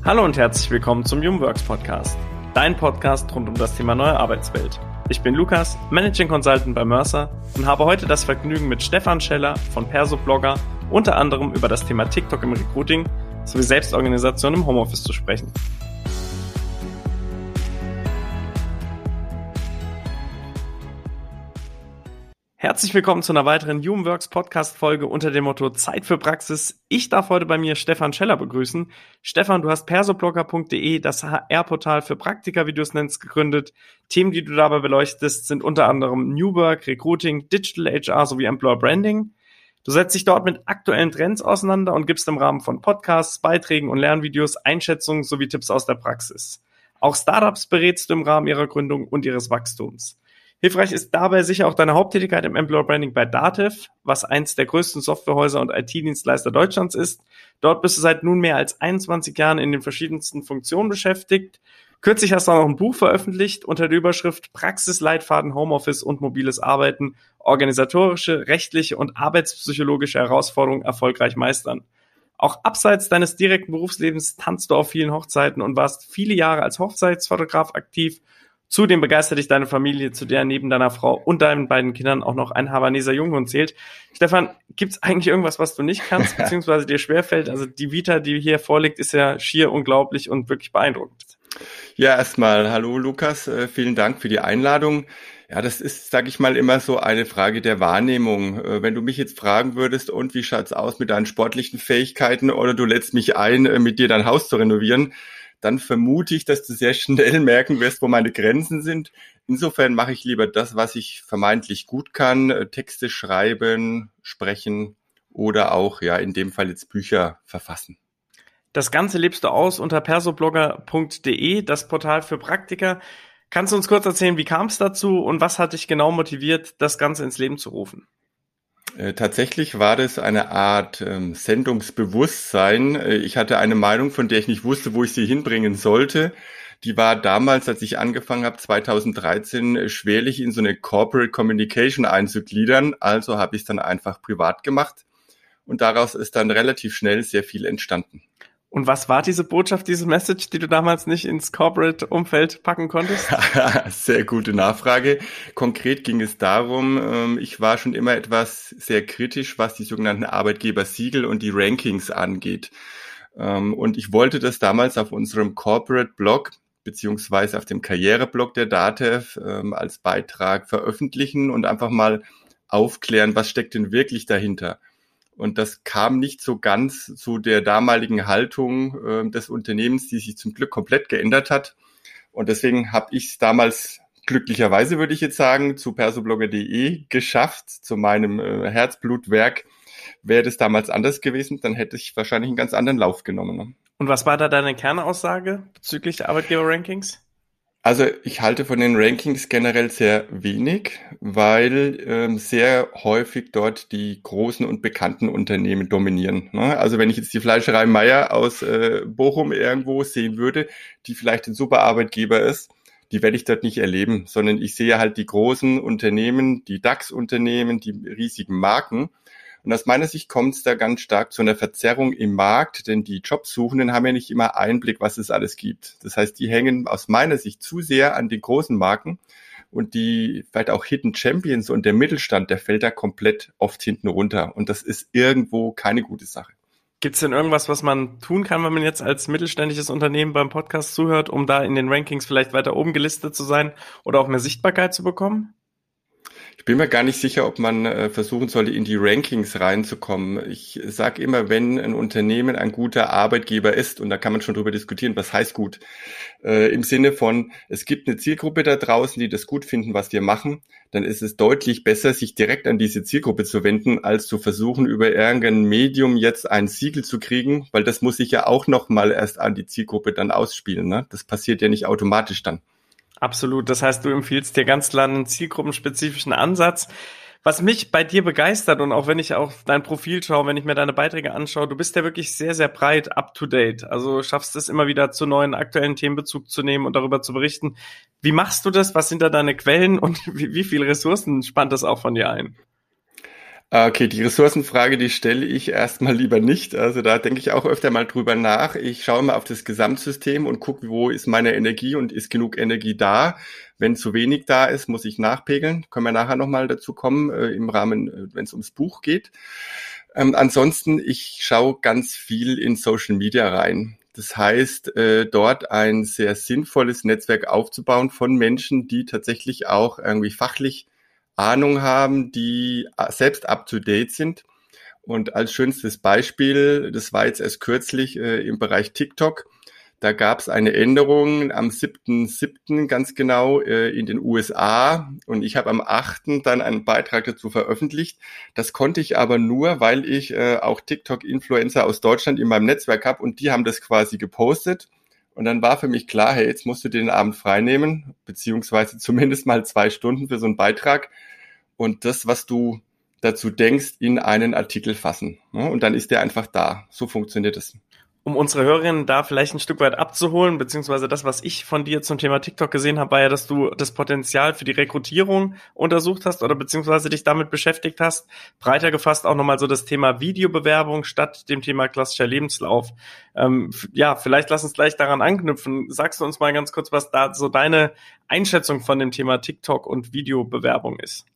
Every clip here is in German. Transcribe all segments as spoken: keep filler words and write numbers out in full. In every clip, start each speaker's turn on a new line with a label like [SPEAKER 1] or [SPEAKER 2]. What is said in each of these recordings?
[SPEAKER 1] Hallo und herzlich willkommen zum Jumworks Podcast, dein Podcast rund um das Thema neue Arbeitswelt. Ich bin Lukas, Managing Consultant bei Mercer und habe heute das Vergnügen, mit Stefan Scheller von Persoblogger unter anderem über das Thema TikTok im Recruiting sowie Selbstorganisation im Homeoffice zu sprechen. Herzlich willkommen zu einer weiteren Jumworks Podcast-Folge unter dem Motto Zeit für Praxis. Ich darf heute bei mir Stefan Scheller begrüßen. Stefan, du hast persoblogger punkt de, das H R-Portal für Praktika, wie du es nennst, gegründet. Themen, die du dabei beleuchtest, sind unter anderem New Work, Recruiting, Digital H R sowie Employer Branding. Du setzt dich dort mit aktuellen Trends auseinander und gibst im Rahmen von Podcasts, Beiträgen und Lernvideos Einschätzungen sowie Tipps aus der Praxis. Auch Startups berätst du im Rahmen ihrer Gründung und ihres Wachstums. Hilfreich ist dabei sicher auch deine Haupttätigkeit im Employer Branding bei Dativ, was eins der größten Softwarehäuser und I T-Dienstleister Deutschlands ist. Dort bist du seit nun mehr als einundzwanzig Jahren in den verschiedensten Funktionen beschäftigt. Kürzlich hast du auch noch ein Buch veröffentlicht unter der Überschrift Praxisleitfaden Homeoffice und mobiles Arbeiten, organisatorische, rechtliche und arbeitspsychologische Herausforderungen erfolgreich meistern. Auch abseits deines direkten Berufslebens tanzt du auf vielen Hochzeiten und warst viele Jahre als Hochzeitsfotograf aktiv. Zudem begeistert dich deine Familie, zu der neben deiner Frau und deinen beiden Kindern auch noch ein Havaneser Junghund zählt. Stefan, gibt's eigentlich irgendwas, was du nicht kannst, beziehungsweise dir schwerfällt? Also die Vita, die hier vorliegt, ist ja schier unglaublich und wirklich beeindruckend.
[SPEAKER 2] Ja, erstmal hallo Lukas, äh, vielen Dank für die Einladung. Ja, das ist, sage ich mal, immer so eine Frage der Wahrnehmung. Äh, wenn du mich jetzt fragen würdest, und wie schaut's aus mit deinen sportlichen Fähigkeiten, oder du lädst mich ein, äh, mit dir dein Haus zu renovieren, dann vermute ich, dass du sehr schnell merken wirst, wo meine Grenzen sind. Insofern mache ich lieber das, was ich vermeintlich gut kann, äh, Texte schreiben, sprechen oder auch, ja, in dem Fall jetzt Bücher verfassen.
[SPEAKER 1] Das Ganze lebst du aus unter persoblogger punkt de, das Portal für Praktika. Kannst du uns kurz erzählen, wie kam es dazu und was hat dich genau motiviert, das Ganze ins Leben zu rufen?
[SPEAKER 2] Äh, tatsächlich war das eine Art ähm, Sendungsbewusstsein. Äh, ich hatte eine Meinung, von der ich nicht wusste, wo ich sie hinbringen sollte. Die war damals, als ich angefangen habe, zweitausenddreizehn, äh, schwerlich in so eine Corporate Communication einzugliedern. Also habe ich es dann einfach privat gemacht und daraus ist dann relativ schnell sehr viel entstanden.
[SPEAKER 1] Und was war diese Botschaft, diese Message, die du damals nicht ins Corporate-Umfeld packen konntest?
[SPEAKER 2] Sehr gute Nachfrage. Konkret ging es darum, ich war schon immer etwas sehr kritisch, was die sogenannten Arbeitgebersiegel und die Rankings angeht. Und ich wollte das damals auf unserem Corporate-Blog beziehungsweise auf dem Karriereblog der Dativ als Beitrag veröffentlichen und einfach mal aufklären, was steckt denn wirklich dahinter. Und das kam nicht so ganz zu der damaligen Haltung äh, des Unternehmens, die sich zum Glück komplett geändert hat. Und deswegen habe ich es damals glücklicherweise, würde ich jetzt sagen, zu persoblogger punkt de geschafft, zu meinem äh, Herzblutwerk. Wäre das damals anders gewesen, dann hätte ich wahrscheinlich einen ganz anderen Lauf genommen. Ne?
[SPEAKER 1] Und was war da deine Kernaussage bezüglich der Arbeitgeber-Rankings?
[SPEAKER 2] Also ich halte von den Rankings generell sehr wenig, weil ähm, sehr häufig dort die großen und bekannten Unternehmen dominieren. Ne? Also wenn ich jetzt die Fleischerei Meier aus äh, Bochum irgendwo sehen würde, die vielleicht ein super Arbeitgeber ist, die werde ich dort nicht erleben, sondern ich sehe halt die großen Unternehmen, die DAX-Unternehmen, die riesigen Marken. Und aus meiner Sicht kommt es da ganz stark zu einer Verzerrung im Markt, denn die Jobsuchenden haben ja nicht immer Einblick, was es alles gibt. Das heißt, die hängen aus meiner Sicht zu sehr an den großen Marken und die vielleicht auch Hidden Champions und der Mittelstand, der fällt da komplett oft hinten runter. Und das ist irgendwo keine gute Sache.
[SPEAKER 1] Gibt es denn irgendwas, was man tun kann, wenn man jetzt als mittelständisches Unternehmen beim Podcast zuhört, um da in den Rankings vielleicht weiter oben gelistet zu sein oder auch mehr Sichtbarkeit zu bekommen?
[SPEAKER 2] Ich bin mir gar nicht sicher, ob man äh, versuchen sollte, in die Rankings reinzukommen. Ich sage immer, wenn ein Unternehmen ein guter Arbeitgeber ist, und da kann man schon drüber diskutieren, was heißt gut, äh, im Sinne von, es gibt eine Zielgruppe da draußen, die das gut finden, was wir machen, dann ist es deutlich besser, sich direkt an diese Zielgruppe zu wenden, als zu versuchen, über irgendein Medium jetzt ein Siegel zu kriegen, weil das muss sich ja auch nochmal erst an die Zielgruppe dann ausspielen. Ne? Das passiert ja nicht automatisch dann.
[SPEAKER 1] Absolut. Das heißt, du empfiehlst dir ganz klar einen zielgruppenspezifischen Ansatz. Was mich bei dir begeistert und auch wenn ich auf dein Profil schaue, wenn ich mir deine Beiträge anschaue, du bist ja wirklich sehr, sehr breit up to date. Also schaffst es immer wieder zu neuen aktuellen Themen Bezug zu nehmen und darüber zu berichten. Wie machst du das? Was sind da deine Quellen und wie, wie viele Ressourcen spannt das auch von dir ein?
[SPEAKER 2] Okay, die Ressourcenfrage, die stelle ich erstmal lieber nicht. Also da denke ich auch öfter mal drüber nach. Ich schaue mal auf das Gesamtsystem und gucke, wo ist meine Energie und ist genug Energie da. Wenn zu wenig da ist, muss ich nachpegeln. Können wir nachher nochmal dazu kommen, äh, im Rahmen, äh, wenn es ums Buch geht. Ähm, ansonsten, ich schaue ganz viel in Social Media rein. Das heißt, äh, dort ein sehr sinnvolles Netzwerk aufzubauen von Menschen, die tatsächlich auch irgendwie fachlich Ahnung haben, die selbst up-to-date sind. Und als schönstes Beispiel, das war jetzt erst kürzlich äh, im Bereich TikTok, da gab es eine Änderung am siebten siebten ganz genau äh, in den U S A und ich habe am achten dann einen Beitrag dazu veröffentlicht. Das konnte ich aber nur, weil ich äh, auch TikTok-Influencer aus Deutschland in meinem Netzwerk habe und die haben das quasi gepostet. Und dann war für mich klar, hey, jetzt musst du dir den Abend freinehmen, beziehungsweise zumindest mal zwei Stunden für so einen Beitrag und das, was du dazu denkst, in einen Artikel fassen. Und dann ist der einfach da. So funktioniert es.
[SPEAKER 1] Um unsere Hörerinnen da vielleicht ein Stück weit abzuholen, beziehungsweise das, was ich von dir zum Thema TikTok gesehen habe, war ja, dass du das Potenzial für die Rekrutierung untersucht hast oder beziehungsweise dich damit beschäftigt hast. Breiter gefasst auch nochmal so das Thema Videobewerbung statt dem Thema klassischer Lebenslauf. Ähm, f- ja, vielleicht lass uns gleich daran anknüpfen. Sagst du uns mal ganz kurz, was da so deine Einschätzung von dem Thema TikTok und Videobewerbung ist?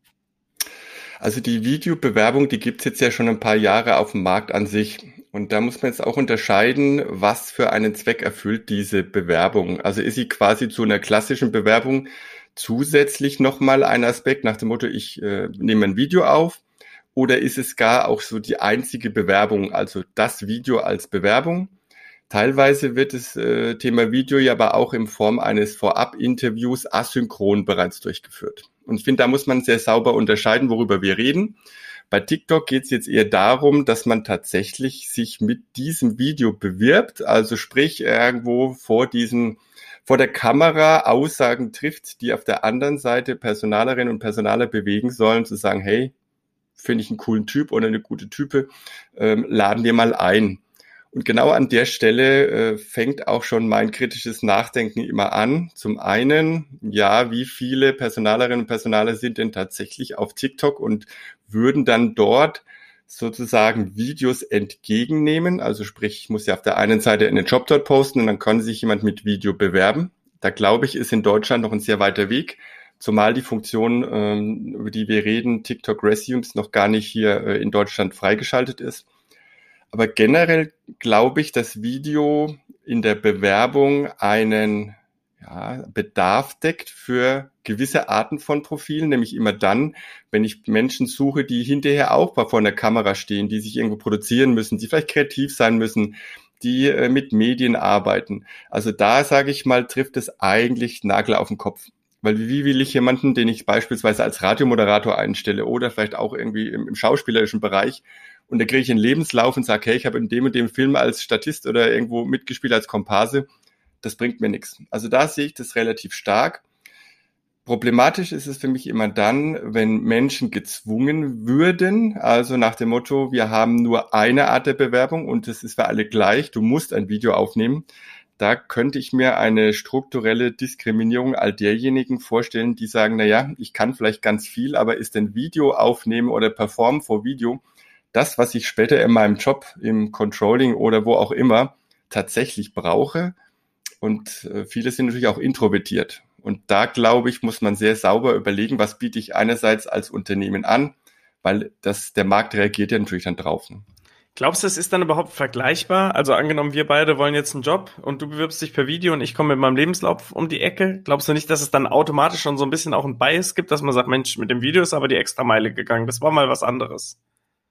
[SPEAKER 2] Also die Videobewerbung, die gibt's jetzt ja schon ein paar Jahre auf dem Markt an sich. Und da muss man jetzt auch unterscheiden, was für einen Zweck erfüllt diese Bewerbung. Also ist sie quasi zu einer klassischen Bewerbung zusätzlich nochmal ein Aspekt nach dem Motto, ich äh, nehme ein Video auf, oder ist es gar auch so die einzige Bewerbung, also das Video als Bewerbung? Teilweise wird das äh, Thema Video ja aber auch in Form eines Vorab-Interviews asynchron bereits durchgeführt. Und ich finde, da muss man sehr sauber unterscheiden, worüber wir reden. Bei TikTok geht es jetzt eher darum, dass man tatsächlich sich mit diesem Video bewirbt, also sprich irgendwo vor diesen, vor der Kamera Aussagen trifft, die auf der anderen Seite Personalerinnen und Personaler bewegen sollen, zu sagen, hey, finde ich einen coolen Typ oder eine gute Type, ähm, laden wir mal ein. Und genau an der Stelle äh, fängt auch schon mein kritisches Nachdenken immer an. Zum einen, ja, wie viele Personalerinnen und Personaler sind denn tatsächlich auf TikTok und würden dann dort sozusagen Videos entgegennehmen? Also sprich, ich muss ja auf der einen Seite einen Job dort posten und dann kann sich jemand mit Video bewerben. Da glaube ich, ist in Deutschland noch ein sehr weiter Weg. Zumal die Funktion, ähm, über die wir reden, TikTok Resumes, noch gar nicht hier äh, in Deutschland freigeschaltet ist. Aber generell glaube ich, dass Video in der Bewerbung einen ja, Bedarf deckt für gewisse Arten von Profilen, nämlich immer dann, wenn ich Menschen suche, die hinterher auch mal vor einer Kamera stehen, die sich irgendwo produzieren müssen, die vielleicht kreativ sein müssen, die äh, mit Medien arbeiten. Also da, sage ich mal, trifft es eigentlich Nagel auf den Kopf. Weil wie will ich jemanden, den ich beispielsweise als Radiomoderator einstelle oder vielleicht auch irgendwie im, im schauspielerischen Bereich, und da kriege ich einen Lebenslauf und sage, hey, ich habe in dem und dem Film als Statist oder irgendwo mitgespielt als Komparse, das bringt mir nichts. Also da sehe ich das relativ stark. Problematisch ist es für mich immer dann, wenn Menschen gezwungen würden, also nach dem Motto, wir haben nur eine Art der Bewerbung und das ist für alle gleich, du musst ein Video aufnehmen. Da könnte ich mir eine strukturelle Diskriminierung all derjenigen vorstellen, die sagen, na ja, ich kann vielleicht ganz viel, aber ist denn Video aufnehmen oder Performen vor Video das, was ich später in meinem Job im Controlling oder wo auch immer tatsächlich brauche? Und äh, viele sind natürlich auch introvertiert. Und da, glaube ich, muss man sehr sauber überlegen, was biete ich einerseits als Unternehmen an, weil das, der Markt reagiert ja natürlich dann drauf. Ne?
[SPEAKER 1] Glaubst du, es ist dann überhaupt vergleichbar? Also angenommen, wir beide wollen jetzt einen Job und du bewirbst dich per Video und ich komme mit meinem Lebenslauf um die Ecke. Glaubst du nicht, dass es dann automatisch schon so ein bisschen auch ein Bias gibt, dass man sagt, Mensch, mit dem Video ist aber die Extrameile gegangen. Das war mal was anderes.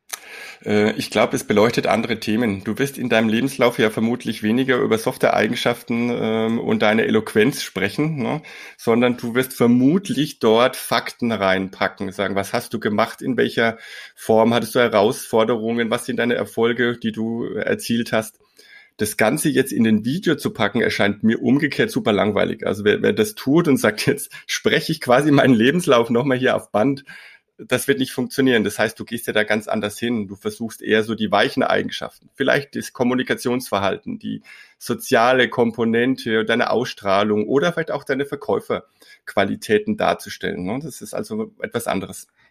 [SPEAKER 2] Ich glaube, es beleuchtet andere Themen. Du wirst in deinem Lebenslauf ja vermutlich weniger über Software-Eigenschaften ähm, und deine Eloquenz sprechen, ne? Sondern du wirst vermutlich dort Fakten reinpacken, sagen, was hast du gemacht, in welcher Form hattest du Herausforderungen, was sind deine Erfolge, die du erzielt hast. Das Ganze jetzt in den Video zu packen, erscheint mir umgekehrt super langweilig. Also wer, wer das tut und sagt, jetzt spreche ich quasi meinen Lebenslauf nochmal hier auf Band, das wird nicht funktionieren. Das heißt, du gehst ja da ganz anders hin. Du versuchst eher so die weichen Eigenschaften. Vielleicht das Kommunikationsverhalten, die soziale Komponente, deine Ausstrahlung oder vielleicht auch deine Verkäuferqualitäten darzustellen. Das ist also etwas anderes.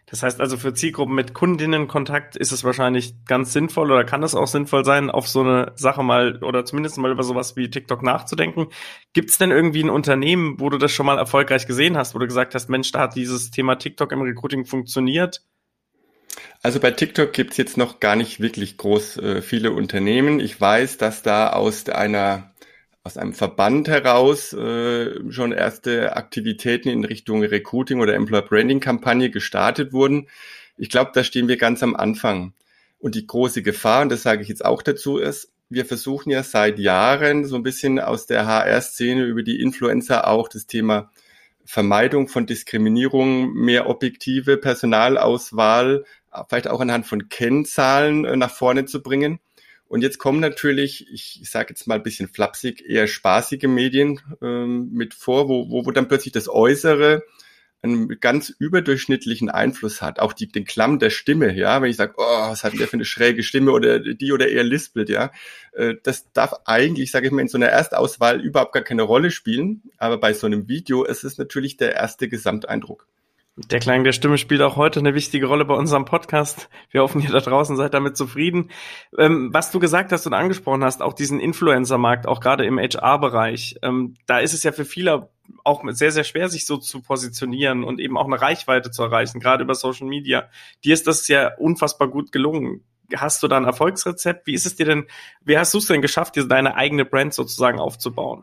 [SPEAKER 1] Das heißt also, für Zielgruppen mit Kundinnenkontakt ist es wahrscheinlich ganz sinnvoll oder kann es auch sinnvoll sein, auf so eine Sache mal oder zumindest mal über sowas wie TikTok nachzudenken. Gibt es denn irgendwie ein Unternehmen, wo du das schon mal erfolgreich gesehen hast, wo du gesagt hast, Mensch, da hat dieses Thema TikTok im Recruiting funktioniert?
[SPEAKER 2] Also bei TikTok gibt's jetzt noch gar nicht wirklich groß äh, viele Unternehmen. Ich weiß, dass da aus einer aus einem Verband heraus äh, schon erste Aktivitäten in Richtung Recruiting oder Employer Branding Kampagne gestartet wurden. Ich glaube, da stehen wir ganz am Anfang. Und die große Gefahr, und das sage ich jetzt auch dazu, ist, wir versuchen ja seit Jahren so ein bisschen aus der H R-Szene über die Influencer auch das Thema Vermeidung von Diskriminierung, mehr objektive Personalauswahl, vielleicht auch anhand von Kennzahlen äh, nach vorne zu bringen. Und jetzt kommen natürlich, ich, ich sage jetzt mal ein bisschen flapsig, eher spaßige Medien ähm, mit vor, wo, wo, wo dann plötzlich das Äußere einen ganz überdurchschnittlichen Einfluss hat. Auch die, den Klamm der Stimme, ja, wenn ich sage, oh, was hat der für eine schräge Stimme oder die oder er lispelt, ja. Äh, das darf eigentlich, sage ich mal, in so einer Erstauswahl überhaupt gar keine Rolle spielen. Aber bei so einem Video ist es natürlich der erste Gesamteindruck.
[SPEAKER 1] Der Klang der Stimme spielt auch heute eine wichtige Rolle bei unserem Podcast. Wir hoffen, ihr da draußen seid damit zufrieden. Ähm, was du gesagt hast und angesprochen hast, auch diesen Influencer-Markt, auch gerade im H R-Bereich, ähm, da ist es ja für viele auch sehr, sehr schwer, sich so zu positionieren und eben auch eine Reichweite zu erreichen, gerade über Social Media. Dir ist das ja unfassbar gut gelungen. Hast du da ein Erfolgsrezept? Wie ist es dir denn, wie hast du es denn geschafft, dir deine eigene Brand sozusagen aufzubauen?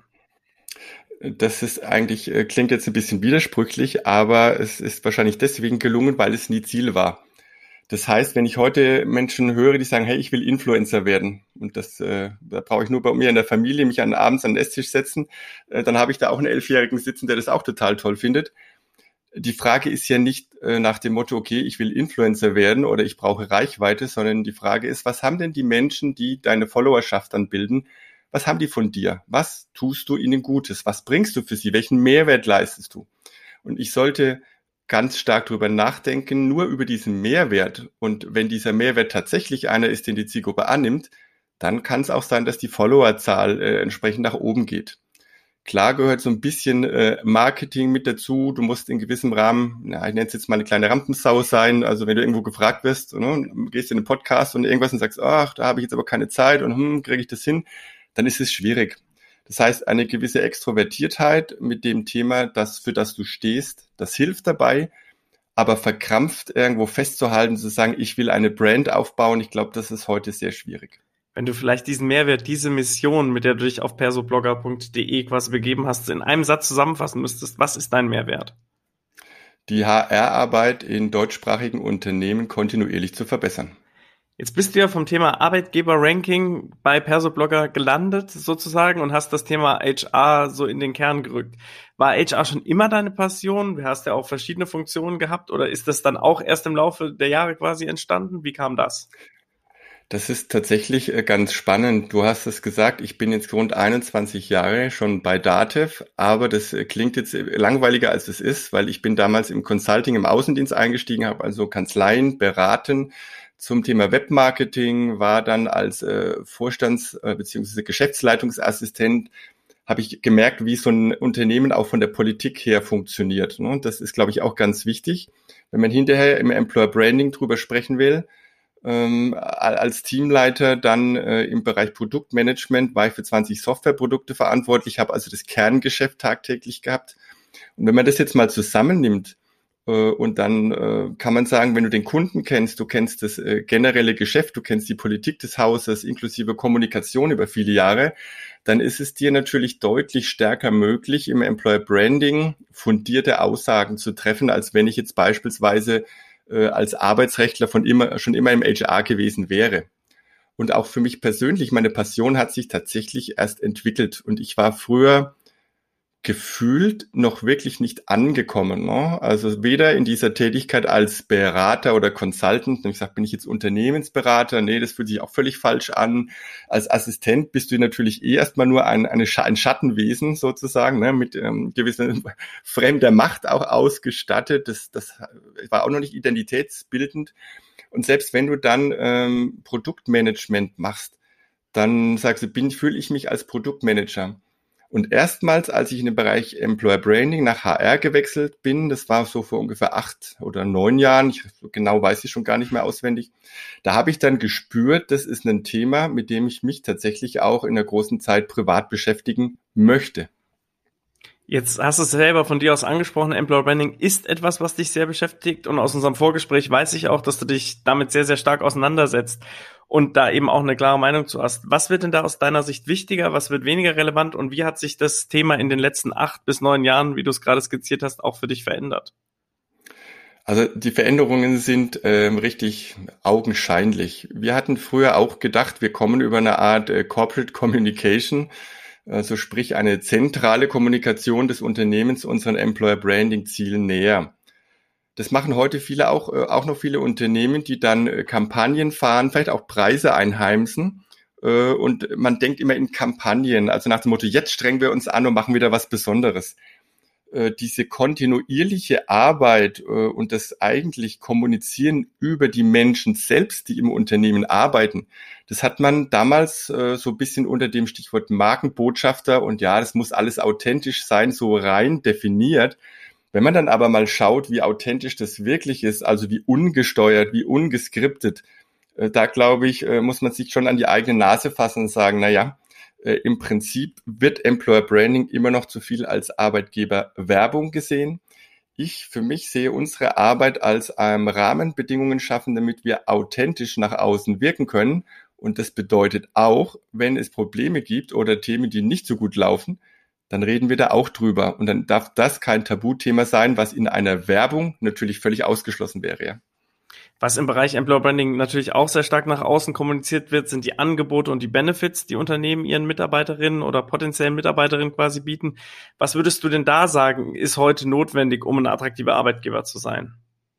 [SPEAKER 2] Das ist eigentlich, klingt jetzt ein bisschen widersprüchlich, aber es ist wahrscheinlich deswegen gelungen, weil es nie Ziel war. Das heißt, wenn ich heute Menschen höre, die sagen, hey, ich will Influencer werden, und das äh, da brauche ich nur bei mir in der Familie mich an abends an den Esstisch setzen, äh, dann habe ich da auch einen Elfjährigen sitzen, der das auch total toll findet. Die Frage ist ja nicht äh, nach dem Motto, okay, ich will Influencer werden oder ich brauche Reichweite, sondern die Frage ist, was haben denn die Menschen, die deine Followerschaft dann bilden, was haben die von dir? Was tust du ihnen Gutes? Was bringst du für sie? Welchen Mehrwert leistest du? Und ich sollte ganz stark darüber nachdenken, nur über diesen Mehrwert. Und wenn dieser Mehrwert tatsächlich einer ist, den die Zielgruppe annimmt, dann kann es auch sein, dass die Followerzahl äh, entsprechend nach oben geht. Klar gehört so ein bisschen äh, Marketing mit dazu. Du musst in gewissem Rahmen, na, ich nenne es jetzt mal eine kleine Rampensau sein. Also wenn du irgendwo gefragt wirst, ne, gehst in einen Podcast und irgendwas und sagst, ach, da habe ich jetzt aber keine Zeit und hm, kriege ich das hin, dann ist es schwierig. Das heißt, eine gewisse Extrovertiertheit mit dem Thema, das für das du stehst, das hilft dabei, aber verkrampft irgendwo festzuhalten, zu sagen, ich will eine Brand aufbauen, ich glaube, das ist heute sehr schwierig.
[SPEAKER 1] Wenn du vielleicht diesen Mehrwert, diese Mission, mit der du dich auf persoblogger punkt de quasi begeben hast, in einem Satz zusammenfassen müsstest, was ist dein Mehrwert?
[SPEAKER 2] Die H R-Arbeit in deutschsprachigen Unternehmen kontinuierlich zu verbessern.
[SPEAKER 1] Jetzt bist du ja vom Thema Arbeitgeber-Ranking bei Persoblogger gelandet sozusagen und hast das Thema H R so in den Kern gerückt. War H R schon immer deine Passion? Du hast ja auch verschiedene Funktionen gehabt oder ist das dann auch erst im Laufe der Jahre quasi entstanden? Wie kam das?
[SPEAKER 2] Das ist tatsächlich ganz spannend. Du hast es gesagt, ich bin jetzt rund einundzwanzig Jahre schon bei Datev, aber das klingt jetzt langweiliger, als es ist, weil ich bin damals im Consulting, im Außendienst eingestiegen, habe also Kanzleien beraten zum Thema Webmarketing, war dann als äh, Vorstands- äh, bzw. Geschäftsleitungsassistent, habe ich gemerkt, wie so ein Unternehmen auch von der Politik her funktioniert. Ne? Das ist, glaube ich, auch ganz wichtig, wenn man hinterher im Employer Branding drüber sprechen will. Ähm, als Teamleiter dann äh, im Bereich Produktmanagement war ich für zwanzig Softwareprodukte verantwortlich, habe also das Kerngeschäft tagtäglich gehabt. Und wenn man das jetzt mal zusammennimmt, und dann äh, kann man sagen, wenn du den Kunden kennst, du kennst das äh, generelle Geschäft, du kennst die Politik des Hauses inklusive Kommunikation über viele Jahre, dann ist es dir natürlich deutlich stärker möglich, im Employer Branding fundierte Aussagen zu treffen, als wenn ich jetzt beispielsweise äh, als Arbeitsrechtler von immer schon immer im H R gewesen wäre. Und auch für mich persönlich, meine Passion hat sich tatsächlich erst entwickelt. Und ich war früher gefühlt noch wirklich nicht angekommen. Ne? Also weder in dieser Tätigkeit als Berater oder Consultant, ich sage, bin ich jetzt Unternehmensberater? Nee, das fühlt sich auch völlig falsch an. Als Assistent bist du natürlich eh erstmal nur ein, eine, ein Schattenwesen sozusagen, ne? Mit ähm, gewisser fremder Macht auch ausgestattet. Das, das war auch noch nicht identitätsbildend. Und selbst wenn du dann ähm, Produktmanagement machst, dann sagst du, bin, fühle ich mich als Produktmanager. Und erstmals, als ich in den Bereich Employer Branding nach H R gewechselt bin, das war so vor ungefähr acht oder neun Jahren, ich, genau weiß ich schon gar nicht mehr auswendig, da habe ich dann gespürt, das ist ein Thema, mit dem ich mich tatsächlich auch in der großen Zeit privat beschäftigen möchte.
[SPEAKER 1] Jetzt hast du es selber von dir aus angesprochen, Employer Branding ist etwas, was dich sehr beschäftigt, und aus unserem Vorgespräch weiß ich auch, dass du dich damit sehr, sehr stark auseinandersetzt und da eben auch eine klare Meinung zu hast. Was wird denn da aus deiner Sicht wichtiger, was wird weniger relevant und wie hat sich das Thema in den letzten acht bis neun Jahren, wie du es gerade skizziert hast, auch für dich verändert?
[SPEAKER 2] Also die Veränderungen sind ähm, richtig augenscheinlich. Wir hatten früher auch gedacht, wir kommen über eine Art äh, Corporate Communication, also sprich eine zentrale Kommunikation des Unternehmens unseren Employer Branding Zielen näher. Das machen heute viele auch, äh, auch noch viele Unternehmen, die dann äh, Kampagnen fahren, vielleicht auch Preise einheimsen. Äh, und man denkt immer in Kampagnen, also nach dem Motto, jetzt strengen wir uns an und machen wieder was Besonderes. Äh, diese kontinuierliche Arbeit äh, und das eigentlich Kommunizieren über die Menschen selbst, die im Unternehmen arbeiten, das hat man damals äh, so ein bisschen unter dem Stichwort Markenbotschafter und ja, das muss alles authentisch sein, so rein definiert. Wenn man dann aber mal schaut, wie authentisch das wirklich ist, also wie ungesteuert, wie ungeskriptet, äh, da glaube ich, äh, muss man sich schon an die eigene Nase fassen und sagen, na ja, äh, im Prinzip wird Employer Branding immer noch zu viel als Arbeitgeberwerbung gesehen. Ich für mich sehe unsere Arbeit als ähm, Rahmenbedingungen schaffen, damit wir authentisch nach außen wirken können. Und das bedeutet auch, wenn es Probleme gibt oder Themen, die nicht so gut laufen, dann reden wir da auch drüber. Und dann darf das kein Tabuthema sein, was in einer Werbung natürlich völlig ausgeschlossen wäre. Ja.
[SPEAKER 1] Was im Bereich Employer Branding natürlich auch sehr stark nach außen kommuniziert wird, sind die Angebote und die Benefits, die Unternehmen ihren Mitarbeiterinnen oder potenziellen Mitarbeiterinnen quasi bieten. Was würdest du denn da sagen, ist heute notwendig, um ein attraktiver Arbeitgeber zu sein?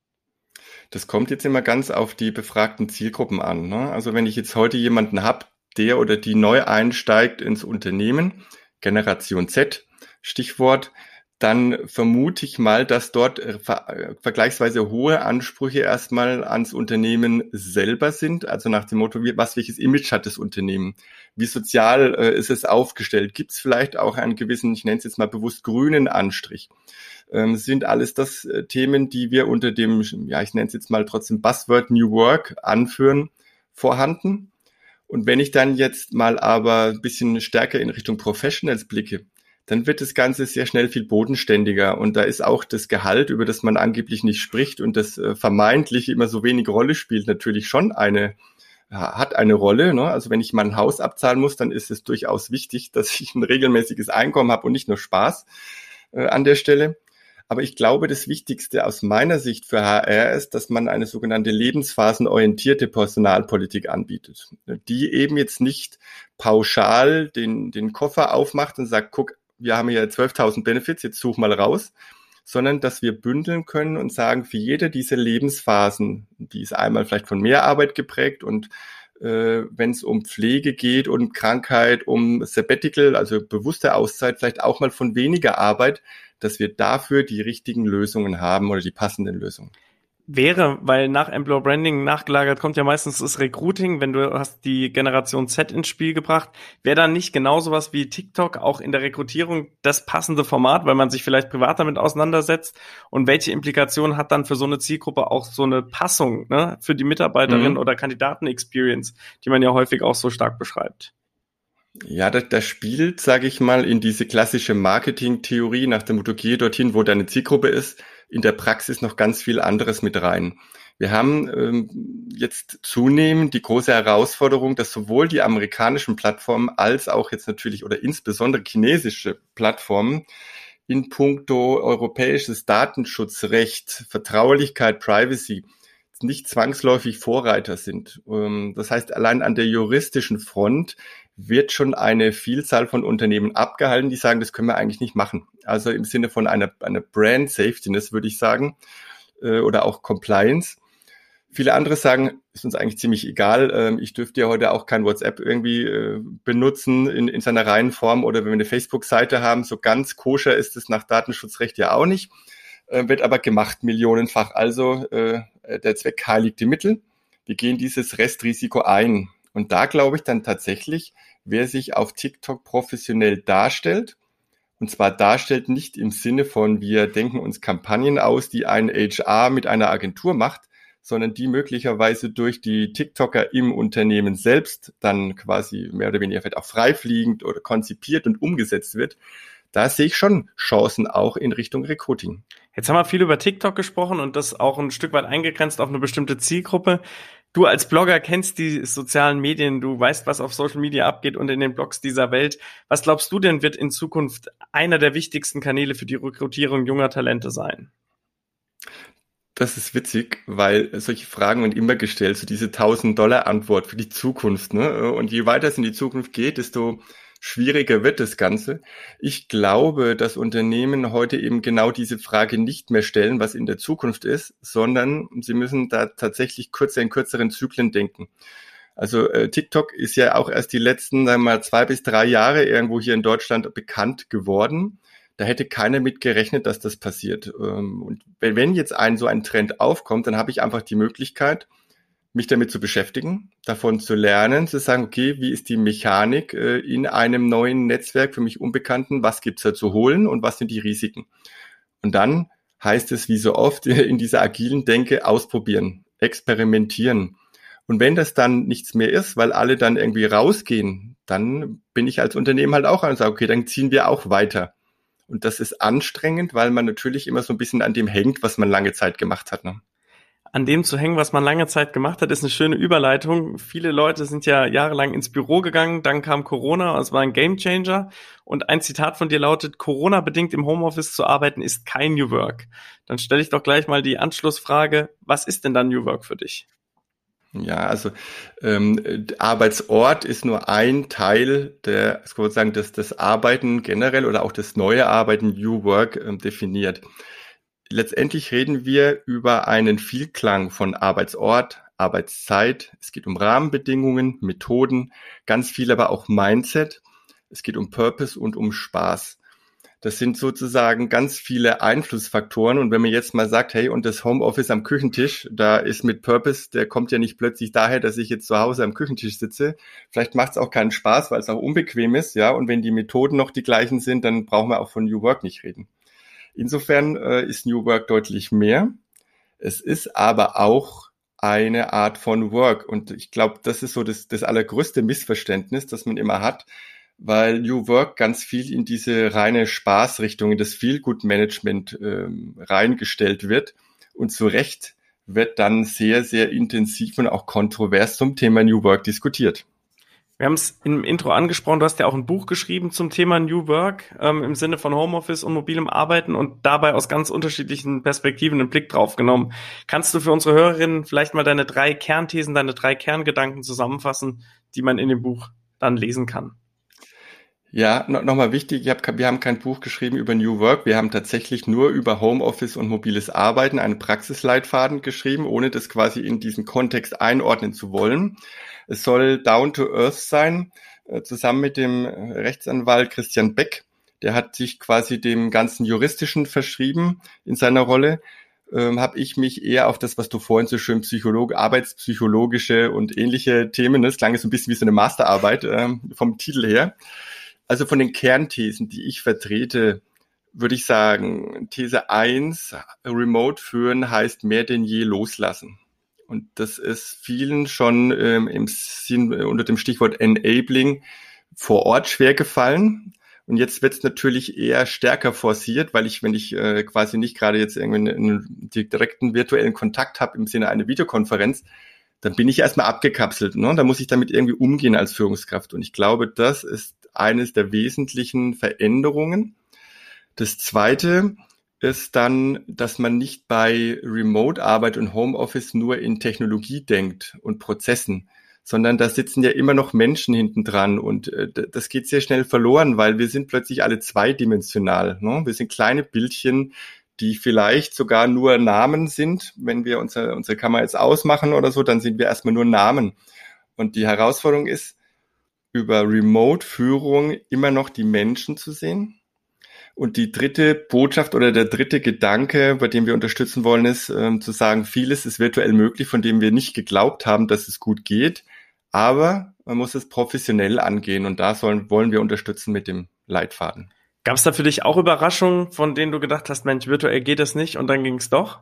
[SPEAKER 2] Das kommt jetzt immer ganz auf die befragten Zielgruppen an, ne? Also wenn ich jetzt heute jemanden habe, der oder die neu einsteigt ins Unternehmen, Generation Z, Stichwort, dann vermute ich mal, dass dort ver- vergleichsweise hohe Ansprüche erstmal ans Unternehmen selber sind, also nach dem Motto, wie, was welches Image hat das Unternehmen, wie sozial äh, ist es aufgestellt, gibt es vielleicht auch einen gewissen, ich nenne es jetzt mal bewusst grünen Anstrich. Ähm, sind alles das äh, Themen, die wir unter dem, ja ich nenne es jetzt mal trotzdem Buzzword New Work anführen, vorhanden. Und wenn ich dann jetzt mal aber ein bisschen stärker in Richtung Professionals blicke, dann wird das Ganze sehr schnell viel bodenständiger. Und da ist auch das Gehalt, über das man angeblich nicht spricht und das äh, vermeintlich immer so wenig Rolle spielt, natürlich schon eine, hat eine Rolle. Ne? Also wenn ich mal ein Haus abzahlen muss, dann ist es durchaus wichtig, dass ich ein regelmäßiges Einkommen habe und nicht nur Spaß äh, an der Stelle. Aber ich glaube, das Wichtigste aus meiner Sicht für H R ist, dass man eine sogenannte lebensphasenorientierte Personalpolitik anbietet, die eben jetzt nicht pauschal den, den Koffer aufmacht und sagt, guck, wir haben hier zwölftausend Benefits, jetzt such mal raus, sondern dass wir bündeln können und sagen, für jede dieser Lebensphasen, die ist einmal vielleicht von Mehrarbeit geprägt und äh, wenn es um Pflege geht, um Krankheit, um Sabbatical, also bewusste Auszeit, vielleicht auch mal von weniger Arbeit, dass wir dafür die richtigen Lösungen haben oder die passenden Lösungen.
[SPEAKER 1] Wäre, weil nach Employer Branding nachgelagert kommt ja meistens das Recruiting, wenn du hast die Generation Z ins Spiel gebracht, wäre dann nicht genau sowas wie TikTok auch in der Rekrutierung das passende Format, weil man sich vielleicht privat damit auseinandersetzt, und welche Implikationen hat dann für so eine Zielgruppe auch so eine Passung, ne, für die Mitarbeiterin mhm. oder Kandidaten-Experience, die man ja häufig auch so stark beschreibt?
[SPEAKER 2] Ja, das, das spielt, sage ich mal, in diese klassische Marketing-Theorie nach dem Motto, geh dorthin, wo deine Zielgruppe ist, in der Praxis noch ganz viel anderes mit rein. Wir haben ähm, jetzt zunehmend die große Herausforderung, dass sowohl die amerikanischen Plattformen als auch jetzt natürlich oder insbesondere chinesische Plattformen in puncto europäisches Datenschutzrecht, Vertraulichkeit, Privacy nicht zwangsläufig Vorreiter sind. Das heißt, allein an der juristischen Front wird schon eine Vielzahl von Unternehmen abgehalten, die sagen, das können wir eigentlich nicht machen. Also im Sinne von einer, einer Brand Safetyness, würde ich sagen, oder auch Compliance. Viele andere sagen, ist uns eigentlich ziemlich egal. Ich dürfte ja heute auch kein WhatsApp irgendwie benutzen in, in seiner reinen Form, oder wenn wir eine Facebook-Seite haben, so ganz koscher ist es nach Datenschutzrecht ja auch nicht. Wird aber gemacht millionenfach. Also äh, der Zweck heiligt die Mittel. Wir gehen dieses Restrisiko ein. Und da glaube ich dann tatsächlich, wer sich auf TikTok professionell darstellt Und zwar darstellt nicht im Sinne von, wir denken uns Kampagnen aus, die ein H R mit einer Agentur macht, sondern die möglicherweise durch die TikToker im Unternehmen selbst dann quasi mehr oder weniger vielleicht auch freifliegend oder konzipiert und umgesetzt wird. Da sehe ich schon Chancen auch in Richtung Recruiting.
[SPEAKER 1] Jetzt haben wir viel über TikTok gesprochen und das auch ein Stück weit eingegrenzt auf eine bestimmte Zielgruppe. Du als Blogger kennst die sozialen Medien, du weißt, was auf Social Media abgeht und in den Blogs dieser Welt. Was glaubst du denn, wird in Zukunft einer der wichtigsten Kanäle für die Rekrutierung junger Talente sein?
[SPEAKER 2] Das ist witzig, weil solche Fragen werden immer gestellt, so diese tausend-Dollar-Antwort für die Zukunft, ne? Und je weiter es in die Zukunft geht, desto schwieriger wird das Ganze. Ich glaube, dass Unternehmen heute eben genau diese Frage nicht mehr stellen, was in der Zukunft ist, sondern sie müssen da tatsächlich kürzer in kürzeren Zyklen denken. Also äh, TikTok ist ja auch erst die letzten, sagen wir mal, zwei bis drei Jahre irgendwo hier in Deutschland bekannt geworden. Da hätte keiner mit gerechnet, dass das passiert. Und wenn jetzt ein so ein Trend aufkommt, dann habe ich einfach die Möglichkeit, mich damit zu beschäftigen, davon zu lernen, zu sagen, okay, wie ist die Mechanik in einem neuen Netzwerk für mich Unbekannten, was gibt's da zu holen und was sind die Risiken? Und dann heißt es, wie so oft in dieser agilen Denke, ausprobieren, experimentieren. Und wenn das dann nichts mehr ist, weil alle dann irgendwie rausgehen, dann bin ich als Unternehmen halt auch an und sage, okay, dann ziehen wir auch weiter. Und das ist anstrengend, weil man natürlich immer so ein bisschen an dem hängt, was man lange Zeit gemacht hat, ne?
[SPEAKER 1] An dem zu hängen, was man lange Zeit gemacht hat, ist eine schöne Überleitung. Viele Leute sind ja jahrelang ins Büro gegangen, dann kam Corona, es war ein Gamechanger. Und ein Zitat von dir lautet, Corona-bedingt im Homeoffice zu arbeiten ist kein New Work. Dann stelle ich doch gleich mal die Anschlussfrage, was ist denn dann New Work für dich?
[SPEAKER 2] Ja, also ähm, Arbeitsort ist nur ein Teil der, sozusagen des, des Arbeiten generell oder auch das neue Arbeiten, New Work, ähm, definiert. Letztendlich reden wir über einen Vielklang von Arbeitsort, Arbeitszeit. Es geht um Rahmenbedingungen, Methoden, ganz viel aber auch Mindset. Es geht um Purpose und um Spaß. Das sind sozusagen ganz viele Einflussfaktoren. Und wenn man jetzt mal sagt, hey, und das Homeoffice am Küchentisch, da ist mit Purpose, der kommt ja nicht plötzlich daher, dass ich jetzt zu Hause am Küchentisch sitze. Vielleicht macht es auch keinen Spaß, weil es auch unbequem ist, ja. Und wenn die Methoden noch die gleichen sind, dann brauchen wir auch von New Work nicht reden. Insofern äh, ist New Work deutlich mehr. Es ist aber auch eine Art von Work. Und ich glaube, das ist so das, das allergrößte Missverständnis, das man immer hat, weil New Work ganz viel in diese reine Spaßrichtung, in das Feel-Good-Management ähm, reingestellt wird. Und zu Recht wird dann sehr, sehr intensiv und auch kontrovers zum Thema New Work diskutiert.
[SPEAKER 1] Wir haben es im Intro angesprochen, du hast ja auch ein Buch geschrieben zum Thema New Work ähm, im Sinne von Homeoffice und mobilem Arbeiten und dabei aus ganz unterschiedlichen Perspektiven einen Blick drauf genommen. Kannst du für unsere Hörerinnen vielleicht mal deine drei Kernthesen, deine drei Kerngedanken zusammenfassen, die man in dem Buch dann lesen kann?
[SPEAKER 2] Ja, no, nochmal wichtig, ich hab, wir haben kein Buch geschrieben über New Work, wir haben tatsächlich nur über Homeoffice und mobiles Arbeiten einen Praxisleitfaden geschrieben, ohne das quasi in diesen Kontext einordnen zu wollen. Es soll down to earth sein, äh, zusammen mit dem Rechtsanwalt Christian Beck, der hat sich quasi dem ganzen Juristischen verschrieben in seiner Rolle, ähm, habe ich mich eher auf das, was du vorhin so schön Psychologe, arbeitspsychologische und ähnliche Themen, das klang jetzt so ein bisschen wie so eine Masterarbeit äh, vom Titel her. Also von den Kernthesen, die ich vertrete, würde ich sagen, These eins, Remote führen heißt mehr denn je loslassen. Und das ist vielen schon ähm, im Sinn, äh, unter dem Stichwort Enabling vor Ort schwer gefallen. Und jetzt wird es natürlich eher stärker forciert, weil ich, wenn ich äh, quasi nicht gerade jetzt irgendwie einen direkten virtuellen Kontakt habe im Sinne einer Videokonferenz, dann bin ich erstmal abgekapselt, ne? Da muss ich damit irgendwie umgehen als Führungskraft. Und ich glaube, das ist eines der wesentlichen Veränderungen. Das Zweite ist dann, dass man nicht bei Remote-Arbeit und Homeoffice nur in Technologie denkt und Prozessen, sondern da sitzen ja immer noch Menschen hinten dran und äh, das geht sehr schnell verloren, weil wir sind plötzlich alle zweidimensional, ne? Wir sind kleine Bildchen, die vielleicht sogar nur Namen sind. Wenn wir unsere, unsere Kamera jetzt ausmachen oder so, dann sind wir erstmal nur Namen. Und die Herausforderung ist, über Remote-Führung immer noch die Menschen zu sehen. Und die dritte Botschaft oder der dritte Gedanke, bei dem wir unterstützen wollen, ist ähm, zu sagen, vieles ist virtuell möglich, von dem wir nicht geglaubt haben, dass es gut geht. Aber man muss es professionell angehen und da sollen, wollen wir unterstützen mit dem Leitfaden.
[SPEAKER 1] Gab es da für dich auch Überraschungen, von denen du gedacht hast, Mensch, virtuell geht das nicht und dann ging es doch?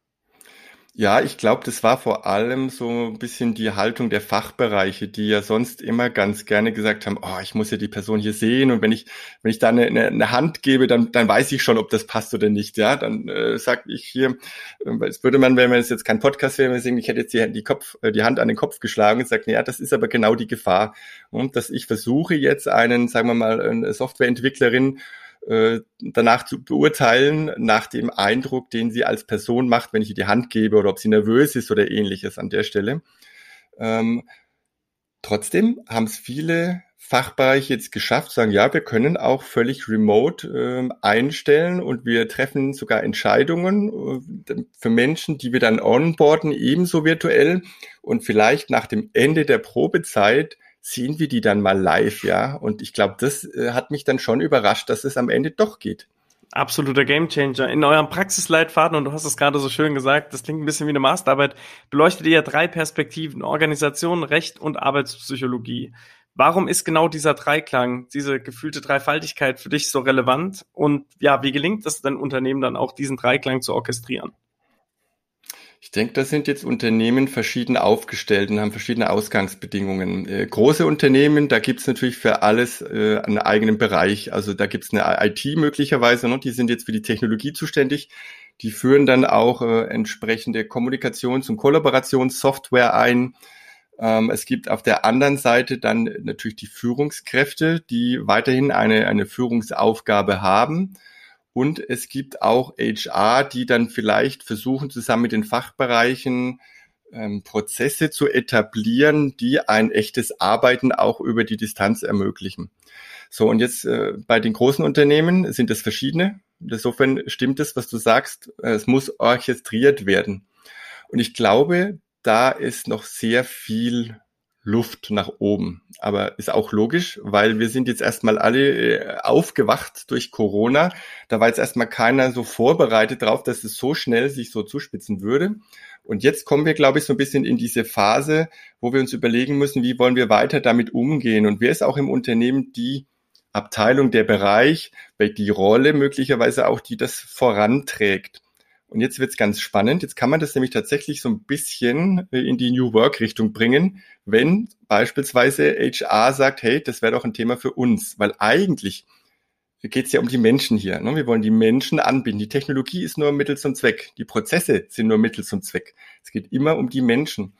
[SPEAKER 2] Ja, ich glaube, das war vor allem so ein bisschen die Haltung der Fachbereiche, die ja sonst immer ganz gerne gesagt haben: „Oh, ich muss ja die Person hier sehen und wenn ich wenn ich da eine 'ne 'ne Hand gebe, dann dann weiß ich schon, ob das passt oder nicht“, ja? Dann, äh, sage ich hier äh, jetzt würde man, wenn man es jetzt kein Podcast wäre, wenn wir sagen, ich hätte jetzt die die Kopf äh, die Hand an den Kopf geschlagen und sagt: „Ja, das ist aber genau die Gefahr“, und dass ich versuche jetzt einen, sagen wir mal, 'ne Softwareentwicklerin äh, danach zu beurteilen, nach dem Eindruck, den sie als Person macht, wenn ich ihr die Hand gebe oder ob sie nervös ist oder ähnliches an der Stelle. Ähm, Trotzdem haben es viele Fachbereiche jetzt geschafft, sagen, ja, wir können auch völlig remote äh, einstellen und wir treffen sogar Entscheidungen äh, für Menschen, die wir dann onboarden, ebenso virtuell, und vielleicht nach dem Ende der Probezeit sehen wir die dann mal live, ja. Und ich glaube, das äh, hat mich dann schon überrascht, dass es am Ende doch geht.
[SPEAKER 1] Absoluter Gamechanger. In eurem Praxisleitfaden, und du hast es gerade so schön gesagt, das klingt ein bisschen wie eine Masterarbeit, beleuchtet ihr ja drei Perspektiven: Organisation, Recht und Arbeitspsychologie. Warum ist genau dieser Dreiklang, diese gefühlte Dreifaltigkeit für dich so relevant? Und ja, wie gelingt es denn Unternehmen dann auch, diesen Dreiklang zu orchestrieren?
[SPEAKER 2] Ich denke, da sind jetzt Unternehmen verschieden aufgestellt und haben verschiedene Ausgangsbedingungen. Äh, große Unternehmen, da gibt's natürlich für alles äh, einen eigenen Bereich. Also da gibt's eine I T möglicherweise, ne? Die sind jetzt für die Technologie zuständig. Die führen dann auch äh, entsprechende Kommunikations- und Kollaborationssoftware ein. Ähm, es gibt auf der anderen Seite dann natürlich die Führungskräfte, die weiterhin eine, eine Führungsaufgabe haben. Und es gibt auch H R, die dann vielleicht versuchen, zusammen mit den Fachbereichen ähm, Prozesse zu etablieren, die ein echtes Arbeiten auch über die Distanz ermöglichen. So, und jetzt äh, bei den großen Unternehmen sind es verschiedene. Insofern stimmt es, was du sagst, es muss orchestriert werden. Und ich glaube, da ist noch sehr viel Luft nach oben. Aber ist auch logisch, weil wir sind jetzt erstmal alle aufgewacht durch Corona. Da war jetzt erstmal keiner so vorbereitet drauf, dass es so schnell sich so zuspitzen würde. Und jetzt kommen wir, glaube ich, so ein bisschen in diese Phase, wo wir uns überlegen müssen, wie wollen wir weiter damit umgehen? Und wer ist auch im Unternehmen die Abteilung, der Bereich, die Rolle möglicherweise auch, die das voranträgt? Und jetzt wird's ganz spannend. Jetzt kann man das nämlich tatsächlich so ein bisschen in die New Work-Richtung bringen, wenn beispielsweise H R sagt, hey, das wäre doch ein Thema für uns. Weil eigentlich geht's ja um die Menschen hier. Ne? Wir wollen die Menschen anbinden. Die Technologie ist nur Mittel zum Zweck. Die Prozesse sind nur Mittel zum Zweck. Es geht immer um die Menschen.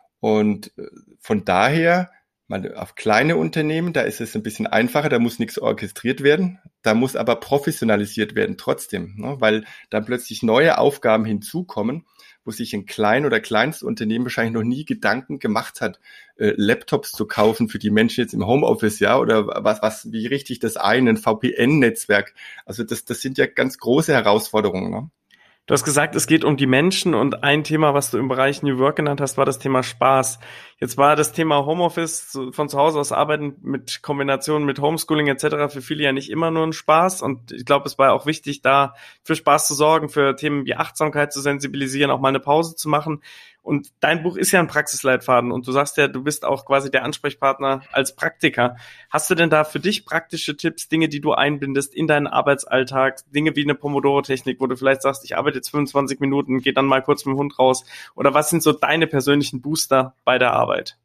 [SPEAKER 2] Und von daher, mal auf kleine Unternehmen, da ist es ein bisschen einfacher, da muss nichts orchestriert werden, da muss aber professionalisiert werden trotzdem, ne? Weil da plötzlich neue Aufgaben hinzukommen, wo sich ein Klein- oder Kleinstunternehmen wahrscheinlich noch nie Gedanken gemacht hat, äh, Laptops zu kaufen für die Menschen jetzt im Homeoffice, ja, oder was, was, wie richte ich das ein, ein V P N-Netzwerk, also das, das sind ja ganz große Herausforderungen, ne?
[SPEAKER 1] Du hast gesagt, es geht um die Menschen, und ein Thema, was du im Bereich New Work genannt hast, war das Thema Spaß. Jetzt war das Thema Homeoffice, von zu Hause aus arbeiten mit Kombination mit Homeschooling et cetera für viele ja nicht immer nur ein Spaß, und ich glaube, es war auch wichtig, da für Spaß zu sorgen, für Themen wie Achtsamkeit zu sensibilisieren, auch mal eine Pause zu machen. Und dein Buch ist ja ein Praxisleitfaden, und du sagst ja, du bist auch quasi der Ansprechpartner als Praktiker. Hast du denn da für dich praktische Tipps, Dinge, die du einbindest in deinen Arbeitsalltag, Dinge wie eine Pomodoro-Technik, wo du vielleicht sagst, ich arbeite jetzt fünfundzwanzig Minuten, gehe dann mal kurz mit dem Hund raus? Oder was sind so deine persönlichen Booster bei der Arbeit?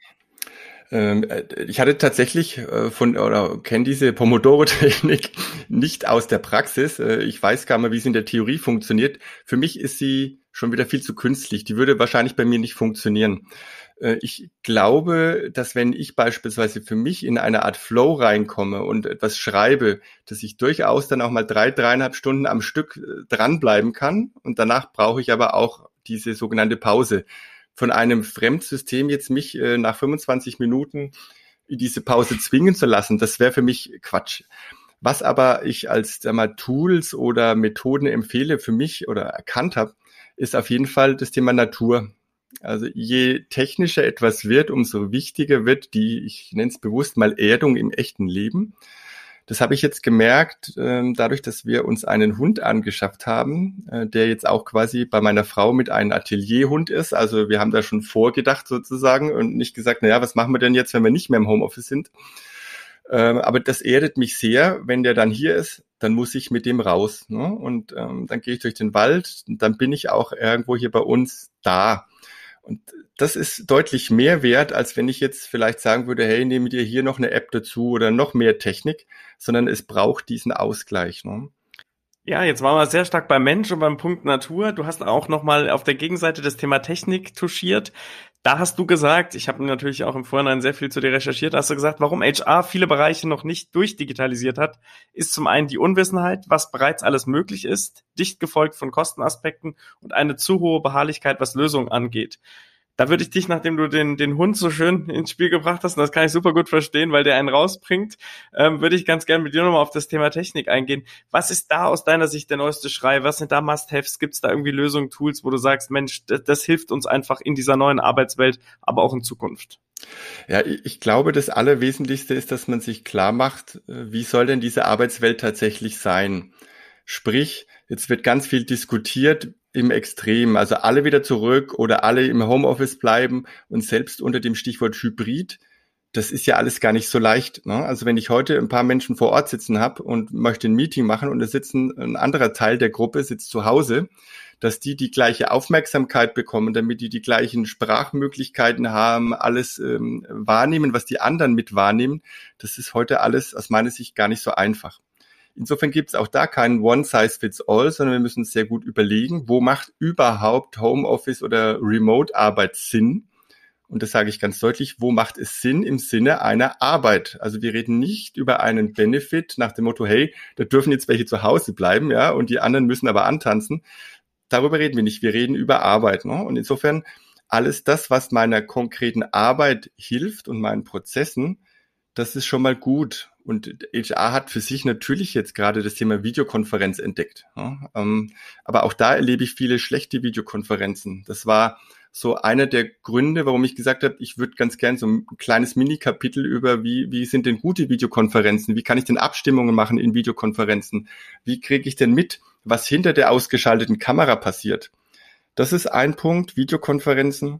[SPEAKER 2] Ich hatte tatsächlich äh, von oder kenne diese Pomodoro-Technik nicht aus der Praxis. Äh, ich weiß gar nicht, wie sie in der Theorie funktioniert. Für mich ist sie schon wieder viel zu künstlich. Die würde wahrscheinlich bei mir nicht funktionieren. Äh, ich glaube, dass wenn ich beispielsweise für mich in eine Art Flow reinkomme und etwas schreibe, dass ich durchaus dann auch mal drei, dreieinhalb Stunden am Stück äh, dranbleiben kann. Und danach brauche ich aber auch diese sogenannte Pause. Von einem Fremdsystem jetzt mich äh, nach fünfundzwanzig Minuten in diese Pause zwingen zu lassen, das wäre für mich Quatsch. Was aber ich als sag mal, Tools oder Methoden empfehle für mich oder erkannt habe, ist auf jeden Fall das Thema Natur. Also je technischer etwas wird, umso wichtiger wird die, ich nenne es bewusst mal, Erdung im echten Leben. Das habe ich jetzt gemerkt, äh, dadurch, dass wir uns einen Hund angeschafft haben, äh, der jetzt auch quasi bei meiner Frau mit einem Atelierhund ist. Also wir haben da schon vorgedacht sozusagen und nicht gesagt, naja, was machen wir denn jetzt, wenn wir nicht mehr im Homeoffice sind? Ähm, aber das erdet mich sehr, wenn der dann hier ist, dann muss ich mit dem raus. Ne? Und ähm, dann gehe ich durch den Wald und dann bin ich auch irgendwo hier bei uns da. Und das ist deutlich mehr wert, als wenn ich jetzt vielleicht sagen würde, hey, nehme dir hier noch eine App dazu oder noch mehr Technik, sondern es braucht diesen Ausgleich. Ne?
[SPEAKER 1] Ja, jetzt waren wir sehr stark beim Mensch und beim Punkt Natur. Du hast auch nochmal auf der Gegenseite das Thema Technik touchiert. Da hast du gesagt, ich habe natürlich auch im Vorhinein sehr viel zu dir recherchiert, hast du gesagt, warum H R viele Bereiche noch nicht durchdigitalisiert hat, ist zum einen die Unwissenheit, was bereits alles möglich ist, dicht gefolgt von Kostenaspekten und eine zu hohe Beharrlichkeit, was Lösungen angeht. Da würde ich dich, nachdem du den den Hund so schön ins Spiel gebracht hast, und das kann ich super gut verstehen, weil der einen rausbringt, ähm, würde ich ganz gerne mit dir nochmal auf das Thema Technik eingehen. Was ist da aus deiner Sicht der neueste Schrei? Was sind da Must-Haves? Gibt es da irgendwie Lösungen, Tools, wo du sagst, Mensch, das, das hilft uns einfach in dieser neuen Arbeitswelt, aber auch in Zukunft?
[SPEAKER 2] Ja, ich glaube, das Allerwesentlichste ist, dass man sich klar macht, wie soll denn diese Arbeitswelt tatsächlich sein? Sprich, jetzt wird ganz viel diskutiert im Extrem, also alle wieder zurück oder alle im Homeoffice bleiben und selbst unter dem Stichwort Hybrid, das ist ja alles gar nicht so leicht. Ne? Also wenn ich heute ein paar Menschen vor Ort sitzen habe und möchte ein Meeting machen und da sitzen ein anderer Teil der Gruppe sitzt zu Hause, dass die die gleiche Aufmerksamkeit bekommen, damit die die gleichen Sprachmöglichkeiten haben, alles ähm, wahrnehmen, was die anderen mit wahrnehmen, das ist heute alles aus meiner Sicht gar nicht so einfach. Insofern gibt es auch da keinen One-Size-Fits-All, sondern wir müssen sehr gut überlegen, wo macht überhaupt Homeoffice oder Remote-Arbeit Sinn? Und das sage ich ganz deutlich, wo macht es Sinn im Sinne einer Arbeit? Also wir reden nicht über einen Benefit nach dem Motto, hey, da dürfen jetzt welche zu Hause bleiben, ja, und die anderen müssen aber antanzen. Darüber reden wir nicht, wir reden über Arbeit. Ne? Und insofern alles das, was meiner konkreten Arbeit hilft und meinen Prozessen, das ist schon mal gut. Und H R hat für sich natürlich jetzt gerade das Thema Videokonferenz entdeckt. Ja, ähm, aber auch da erlebe ich viele schlechte Videokonferenzen. Das war so einer der Gründe, warum ich gesagt habe, ich würde ganz gern so ein kleines Mini-Kapitel über, wie, wie sind denn gute Videokonferenzen? Wie kann ich denn Abstimmungen machen in Videokonferenzen? Wie kriege ich denn mit, was hinter der ausgeschalteten Kamera passiert? Das ist ein Punkt, Videokonferenzen.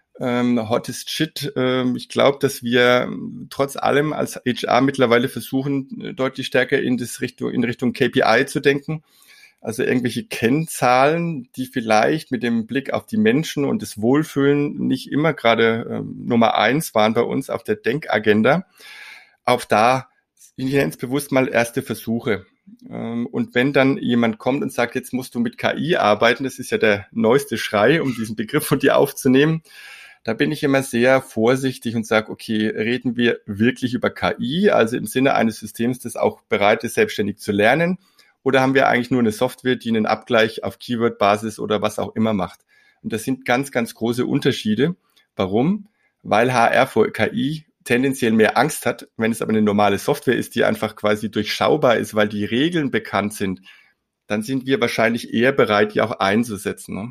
[SPEAKER 2] Ähm, hottest shit. Ähm, ich glaube, dass wir trotz allem als H R mittlerweile versuchen, deutlich stärker in das Richtung, in Richtung K P I zu denken. Also irgendwelche Kennzahlen, die vielleicht mit dem Blick auf die Menschen und das Wohlfühlen nicht immer gerade ähm, Nummer eins waren bei uns auf der Denkagenda. Auch da, ich nenne es bewusst mal erste Versuche. Ähm, und wenn dann jemand kommt und sagt, jetzt musst du mit K I arbeiten, das ist ja der neueste Schrei, um diesen Begriff von dir aufzunehmen, da bin ich immer sehr vorsichtig und sage, okay, reden wir wirklich über K I, also im Sinne eines Systems, das auch bereit ist, selbstständig zu lernen, oder haben wir eigentlich nur eine Software, die einen Abgleich auf Keyword-Basis oder was auch immer macht? Und das sind ganz, ganz große Unterschiede. Warum? Weil H R vor K I tendenziell mehr Angst hat. Wenn es aber eine normale Software ist, die einfach quasi durchschaubar ist, weil die Regeln bekannt sind, dann sind wir wahrscheinlich eher bereit, die auch einzusetzen. Ne?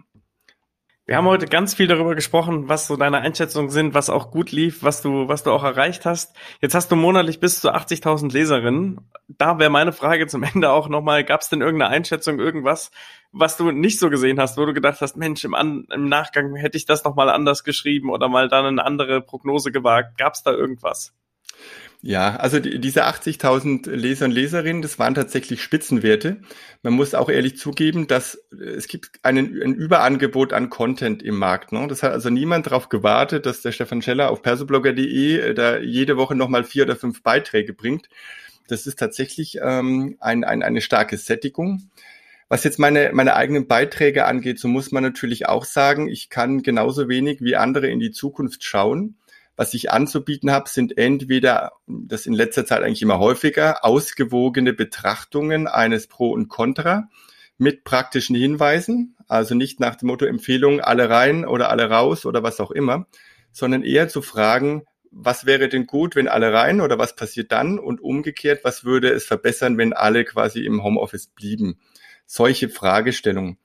[SPEAKER 1] Wir haben heute ganz viel darüber gesprochen, was so deine Einschätzungen sind, was auch gut lief, was du, was du auch erreicht hast. Jetzt hast du monatlich bis zu achtzigtausend Leserinnen. Da wäre meine Frage zum Ende auch nochmal, gab es denn irgendeine Einschätzung, irgendwas, was du nicht so gesehen hast, wo du gedacht hast, Mensch, im, An- im Nachgang hätte ich das nochmal anders geschrieben oder mal dann eine andere Prognose gewagt. Gab es da irgendwas?
[SPEAKER 2] Ja, also die, diese achtzigtausend Leser und Leserinnen, das waren tatsächlich Spitzenwerte. Man muss auch ehrlich zugeben, dass äh, es gibt einen, ein Überangebot an Content im Markt. Ne? Das hat also niemand darauf gewartet, dass der Stefan Scheller auf persoblogger punkt de äh, da jede Woche nochmal vier oder fünf Beiträge bringt. Das ist tatsächlich ähm, ein, ein, eine starke Sättigung. Was jetzt meine, meine eigenen Beiträge angeht, so muss man natürlich auch sagen, ich kann genauso wenig wie andere in die Zukunft schauen. Was ich anzubieten habe, sind entweder, das in letzter Zeit eigentlich immer häufiger, ausgewogene Betrachtungen eines Pro und Contra mit praktischen Hinweisen, also nicht nach dem Motto Empfehlung, alle rein oder alle raus oder was auch immer, sondern eher zu fragen, was wäre denn gut, wenn alle rein oder was passiert dann und umgekehrt, was würde es verbessern, wenn alle quasi im Homeoffice blieben? Solche Fragestellungen.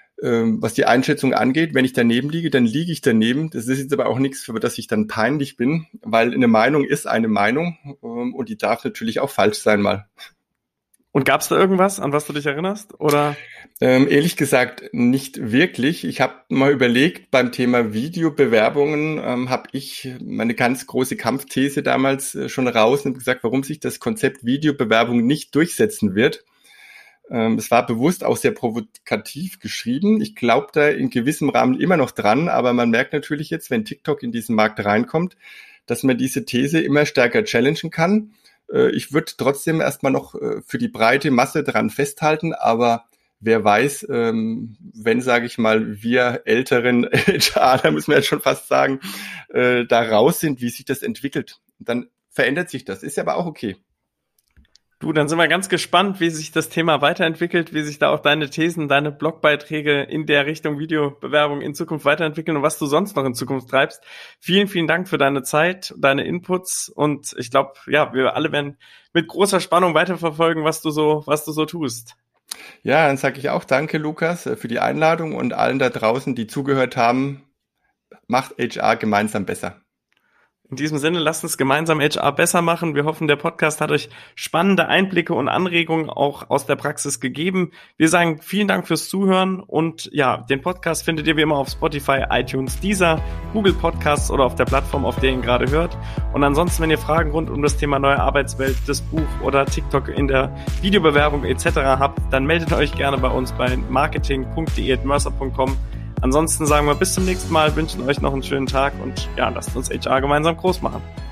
[SPEAKER 2] Was die Einschätzung angeht, wenn ich daneben liege, dann liege ich daneben. Das ist jetzt aber auch nichts, für das ich dann peinlich bin, weil eine Meinung ist eine Meinung und die darf natürlich auch falsch sein mal.
[SPEAKER 1] Und gab es da irgendwas, an was du dich erinnerst? Oder?
[SPEAKER 2] Ähm, ehrlich gesagt nicht wirklich. Ich habe mal überlegt, beim Thema Videobewerbungen ähm, habe ich meine ganz große Kampfthese damals äh, schon raus und gesagt, warum sich das Konzept Videobewerbung nicht durchsetzen wird. Ähm, es war bewusst auch sehr provokativ geschrieben. Ich glaube da in gewissem Rahmen immer noch dran, aber man merkt natürlich jetzt, wenn TikTok in diesen Markt reinkommt, dass man diese These immer stärker challengen kann. Ich würde trotzdem erstmal noch für die breite Masse dran festhalten, aber wer weiß, wenn, sage ich mal, wir älteren H R, da müssen wir jetzt schon fast sagen, da raus sind, wie sich das entwickelt, dann verändert sich das. Ist ja aber auch okay.
[SPEAKER 1] Du, dann sind wir ganz gespannt, wie sich das Thema weiterentwickelt, wie sich da auch deine Thesen, deine Blogbeiträge in der Richtung Videobewerbung in Zukunft weiterentwickeln und was du sonst noch in Zukunft treibst. Vielen, vielen Dank für deine Zeit, deine Inputs und ich glaube, ja, wir alle werden mit großer Spannung weiterverfolgen, was du so, was du so tust.
[SPEAKER 2] Ja, dann sage ich auch danke, Lukas, für die Einladung und allen da draußen, die zugehört haben. Macht H R gemeinsam besser.
[SPEAKER 1] In diesem Sinne, lasst uns gemeinsam H R besser machen. Wir hoffen, der Podcast hat euch spannende Einblicke und Anregungen auch aus der Praxis gegeben. Wir sagen vielen Dank fürs Zuhören und ja, den Podcast findet ihr wie immer auf Spotify, iTunes, Deezer, Google Podcasts oder auf der Plattform, auf der ihr ihn gerade hört. Und ansonsten, wenn ihr Fragen rund um das Thema neue Arbeitswelt, das Buch oder TikTok in der Videobewerbung et cetera habt, dann meldet euch gerne bei uns bei marketing punkt de at mercer punkt com. Ansonsten sagen wir bis zum nächsten Mal, wünschen euch noch einen schönen Tag und ja, lasst uns H R gemeinsam groß machen.